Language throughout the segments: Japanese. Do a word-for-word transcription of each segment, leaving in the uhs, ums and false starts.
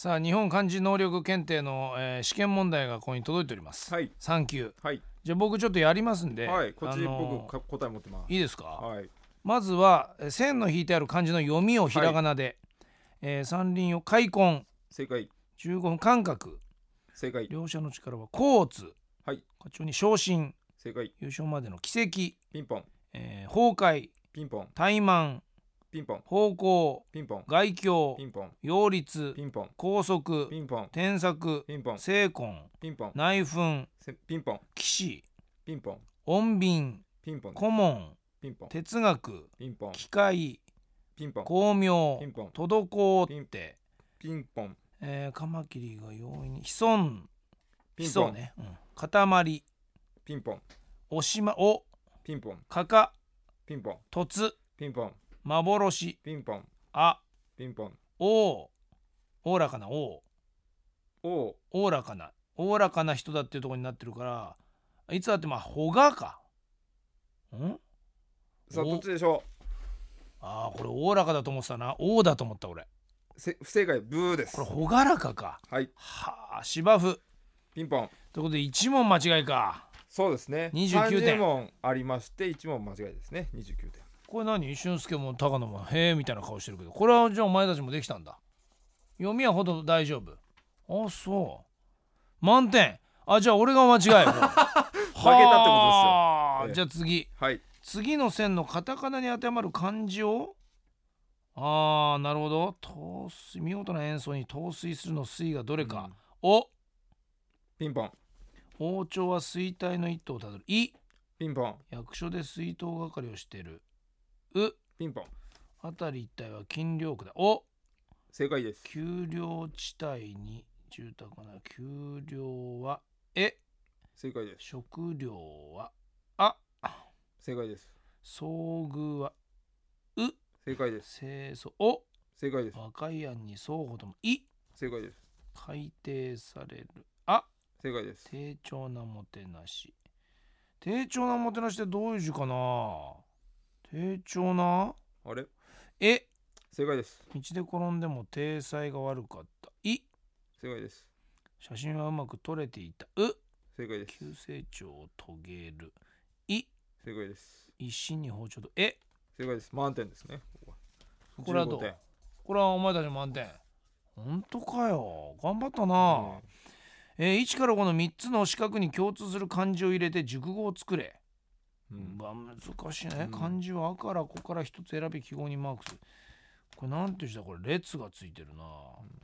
さあ日本漢字能力検定の、えー試験問題がここに届いております。 はいさん級。 はいじゃあ僕ちょっとやりますんで、 はい、こっちあのー僕か答え持ってます。 いいですか。 はいまずはえー線の引いてある漢字の読みをひらがなで、えー三輪を開墾、 正解じゅうごふん間隔、 正解両者の力は甲乙、 はい課長に昇進、 正解優勝までの奇跡、 ピンポンえー崩壊、 ピンポン怠慢、 ピンポン方向、 ピンポン外境ピ、ンポン擁立、 ピンポン高速、 ピンポン添削、 ピンポン精根、 ピンポン内紛、 せピンポン騎士、 ピンポン穏便、 ピンポン顧問、 ピンポン哲学、 ピンポン機械、 ピンポン巧妙ピンポン、 滞って、 ピンポンえーカマキリが容易に潜ん、 ピンポン潜ね、うん、塊、 ピンポンおしま、お、 ピンポンかか、 ピンポン凸、 ピンポン幻、 ピンポンあ、 ピンポンお、おおらかなお、 おおおらかな、おおらかな人だっていうところになってるから、いつだってまあほがか。んさあおどっちでしょああ、これおおらかだと思ってたな。おだと思った俺。 う。せ不正解ブーです。 これほがらかか。 はいはあ、芝生。 ピンポンということでいち問間違いか。 そうですね。 にじゅうきゅうてんさんじゅう問ありましていち問間違いですね。にじゅうきゅうてん。 これ何、俊介も高野もへえみたいな顔してるけど、これはじゃあお前たちもできたんだ。読みはほど大丈夫。あ、そう満点。あ、じゃあ俺が間違い負けたってことですよ。 じゃあ次はい次の線のカタカナに当てはまる漢字を、あーなるほど、陶水、見事な演奏に陶酔するの水がどれか、お、 ピンポン王朝は衰退の一途をたどる、い、 ピンポン役所で水筒係をしている、う、 ピンポン辺り一帯は禁猟区だ、お、 正解です。 丘陵地帯に住宅がない、丘陵はえ、 正解です。 食料はあ、 正解です。 遭遇は正解です。 清楚、お、 正解です。 和解案に双方ともい、 正解です。 改定される、あ、 正解です。 丁重なもてなし。丁重なもてなしってどういう字かな。丁重な、 あれえ、 正解です。 道で転んでも体裁が悪かった、い、 正解です。 写真はうまく撮れていた、う、 正解です。 急成長を遂げる、い、 正解です。 石に包丁と、え、 正解です。満点ですね。ここれはどう、 じゅうごてんこれはお前たち満点。本当かよ、頑張ったな、えー、いちからごのみっつの四角に共通する漢字を入れて熟語を作れ。 うんうんまあ難しいね、 うん漢字はあからこから一つ選び記号にマークする。これなんて字だ、これ列がついてるな、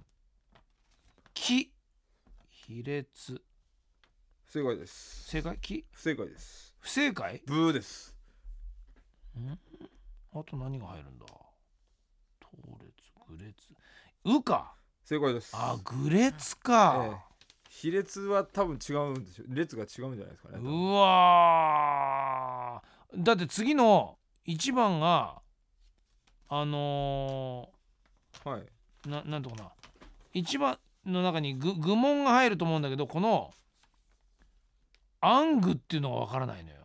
き、比列、 不正解です。 正解、き、 不正解です。 不正解、 ブーです。 ん、あと何が入るんだ、倒列、具列、うか、 正解です。 あ、具列か、 ええ比列は多分違うんでしょ。列が違うんじゃないですかね。 うわー、だって次のいちばんがあのはい。 ー、ななんとかな、いちばんの中にぐ愚問が入ると思うんだけど、この暗具っていうのがわからないのよ。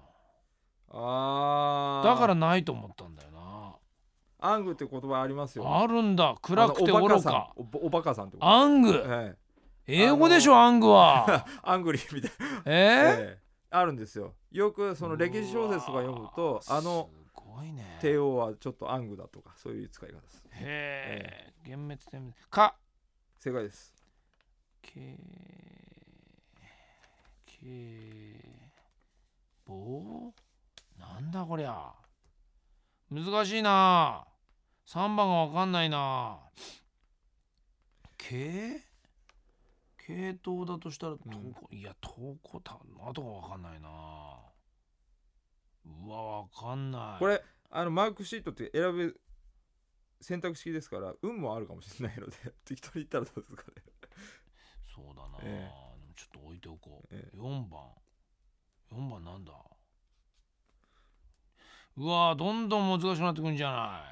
あーだからないと思ったんだよな。 アングって言葉ありますよ。 あるんだ、暗くてあのおバカさん愚か、 おおバカさんってこと。 暗具、 え英語でしょ、暗具はえアングリーみたいな、 えーええあるんですよ。よくその歴史小説とか読むと、 うわーあのすごいね、 帝王はちょっとアングだとかそういう使い方です。 へえ、幻滅点滅か、 正解です。 けけ棒、なんだこりゃ、難しいな、さんばんがわかんないな、け系統だとしたら、 うん投稿、いや投稿たあとがわかんないな、うわわかんない、 これあのマークシートって選ぶ選択式ですから運もあるかもしれないので適当に言ったらどうですかね。 そうだな、 えでもちょっと置いておこう、 ええよんばん、よんばんなんだ、うわーどんどん難しくなってくんじゃない、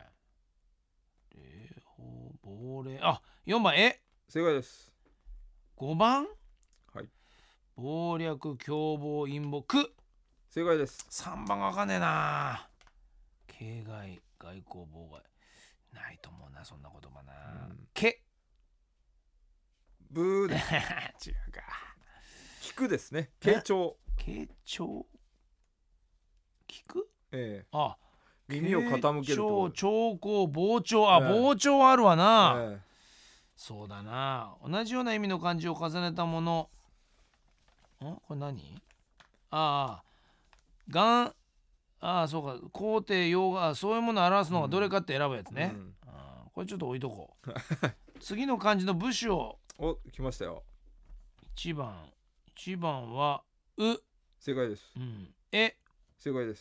礼法亡霊、あ、よんばん、え、 正解です。 ごばん、 はい謀略、凶暴、陰謀、く、 正解です。 さんばんがわかんねえな、形骸、外交、妨害、ないと思うな、そんな言葉な、 うんけ、 ブーです違うか。 聞くですね。傾聴。 傾聴聞く。 ええあ、 耳を傾けると。 聴講傍聴。あ、 ええ傍聴あるわな、 ええそうだな。同じような意味の漢字を重ねたもの。んこれ何。ああがん。ああそうか。皇帝用がそういうものを表すのがどれかって選ぶやつね、 うんあこれちょっと置いとこう次の漢字の部首を。 お、来ましたよ。 いちばんいちばんはう。 正解です。 うん、え正解です。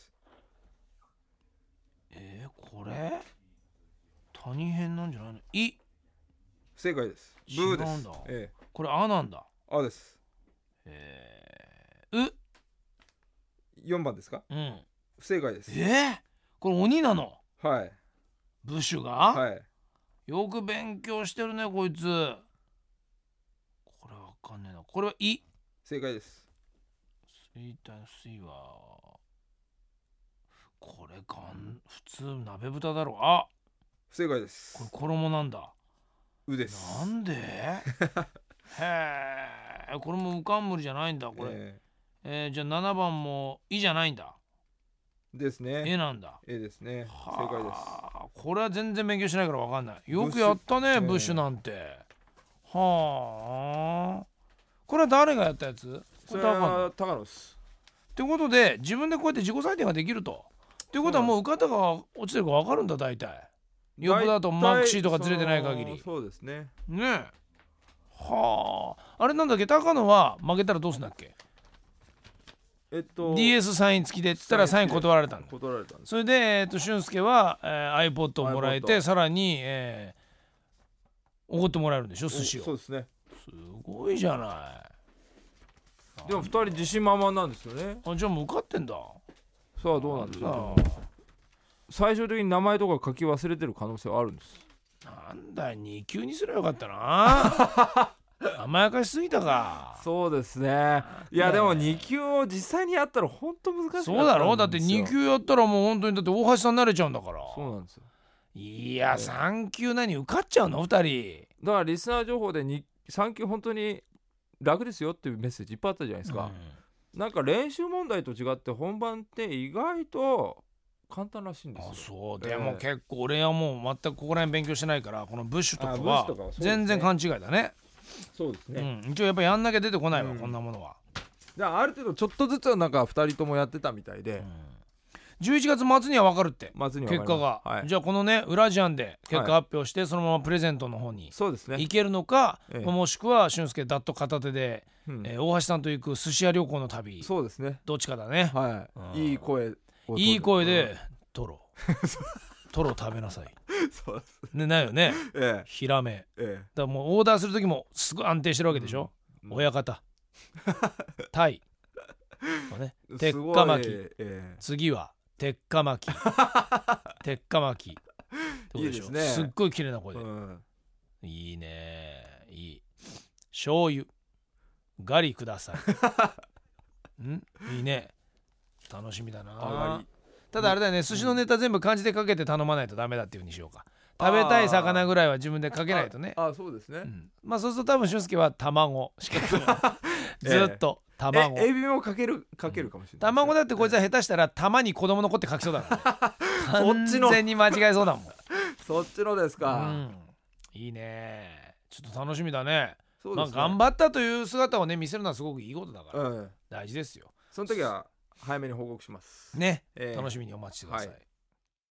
えー、これ谷編なんじゃないの。い。 正解です。ブーです。 違うんだ、 えこれあなんだ。 えあです。 えー、う。 よんばんですか。 うん不正解です。 えー、これ鬼なのはい部首が、 はいよく勉強してるねこいつ。これわかんねえな。これはい正解です。 水体の水はこれがん普通鍋豚だろ。あ不正解です。 これ衣なんだ。 うですなんでへえこれも無冠じゃないんだこれ、ええー、じゃあななばんもいじゃないんだ。 ーですね。 えなんだ。 えですね。正解です。 はあこれは全然勉強しないからわかんない。よくやったねブッシュなんて、はあこれは誰がやったやつ。こそれれ高野っは高野です。 てことで自分でこうやって自己採点ができると。っていうことはもう受かったか落ちてるかわかるんだ大体。よくだとマークシートがずれてない限りそうそうですね。 ねえ。はああれなんだっけ高野は負けたらどうすんだっけ。 えっとディーエス サイン付きでっつったらサイン断られたんだ。 断られたんです。 それで、えー、と俊介は、えー、iPod をもらえて iPod さらに、えー、おごってもらえるんでしょ寿司を。 そうですね。 すごいじゃない。 でもふたり自信満々なんですよね。 あじゃあもう受かってんだ。 さあどうなんでしょう。 なんだ最終的に名前とか書き忘れてる可能性はあるんです。 なんだに級にすればよかったな甘やかしすぎたか。 そうですね。いやでもに級を実際にやったら本当難しい。 そうだろう。だってに級やったらもう本当にだって大橋さんになれちゃうんだから。 そうなんですよ。 いやさん級何受かっちゃうのふたり。 だからリスナー情報でにさん級本当に楽ですよっていうメッセージいっぱいあったじゃないですか、うん、なんか練習問題と違って本番って意外と簡単らしいんですよ。 あそうでも結構俺はもう全くここら辺勉強してないからこのブッシュとかはとかはね、 全然勘違いだね。 そうですね、 うん、一応やっぱやんなきゃ出てこないわ、 うん、 こんなものは。 だからある程度ちょっとずつはなんかふたりともやってたみたいで、うん、 じゅういちがつ末には分かるって末には結果が、はい、じゃあこのねウラジアンで結果発表して、はい、そのままプレゼントの方に行けるのか、ええ、もしくは俊介ダッと片手で、うんえー、大橋さんと行く寿司屋旅行の旅。そうですねどっちかだね、 はい、うん、いい声いい声でトロトロ食べなさいそうですね。ないよね、ええ、ヒラメ、ええ、だからもうオーダーする時もすごい安定してるわけでしょ、うん、親方タイ、ね、鉄火巻き、ええ、次は鉄火巻き鉄火巻きいいですね。すっごい綺麗な声で、うん、いいねいい。醤油ガリくださいんいいね楽しみだな。ただあれだよね、寿司のネタ全部漢字で書けて頼まないとダメだっていう風にしようか。食べたい魚ぐらいは自分で書けないとね。 ああそうですね、うん、 まあそうすると多分俊介は卵しかずっと卵、 えエビもかけるかけるかもしれない、 うん、卵だってこいつは下手したら玉に子供の子って書きそうだからね完全に間違えそうだもんそっちのですか、 うん、いいねちょっと楽しみだね。 そうですね、 まあ、頑張ったという姿をね見せるのはすごくいいことだから、うん、大事ですよ。 その時は早めに報告しますね、えー、楽しみにお待ちください、はい。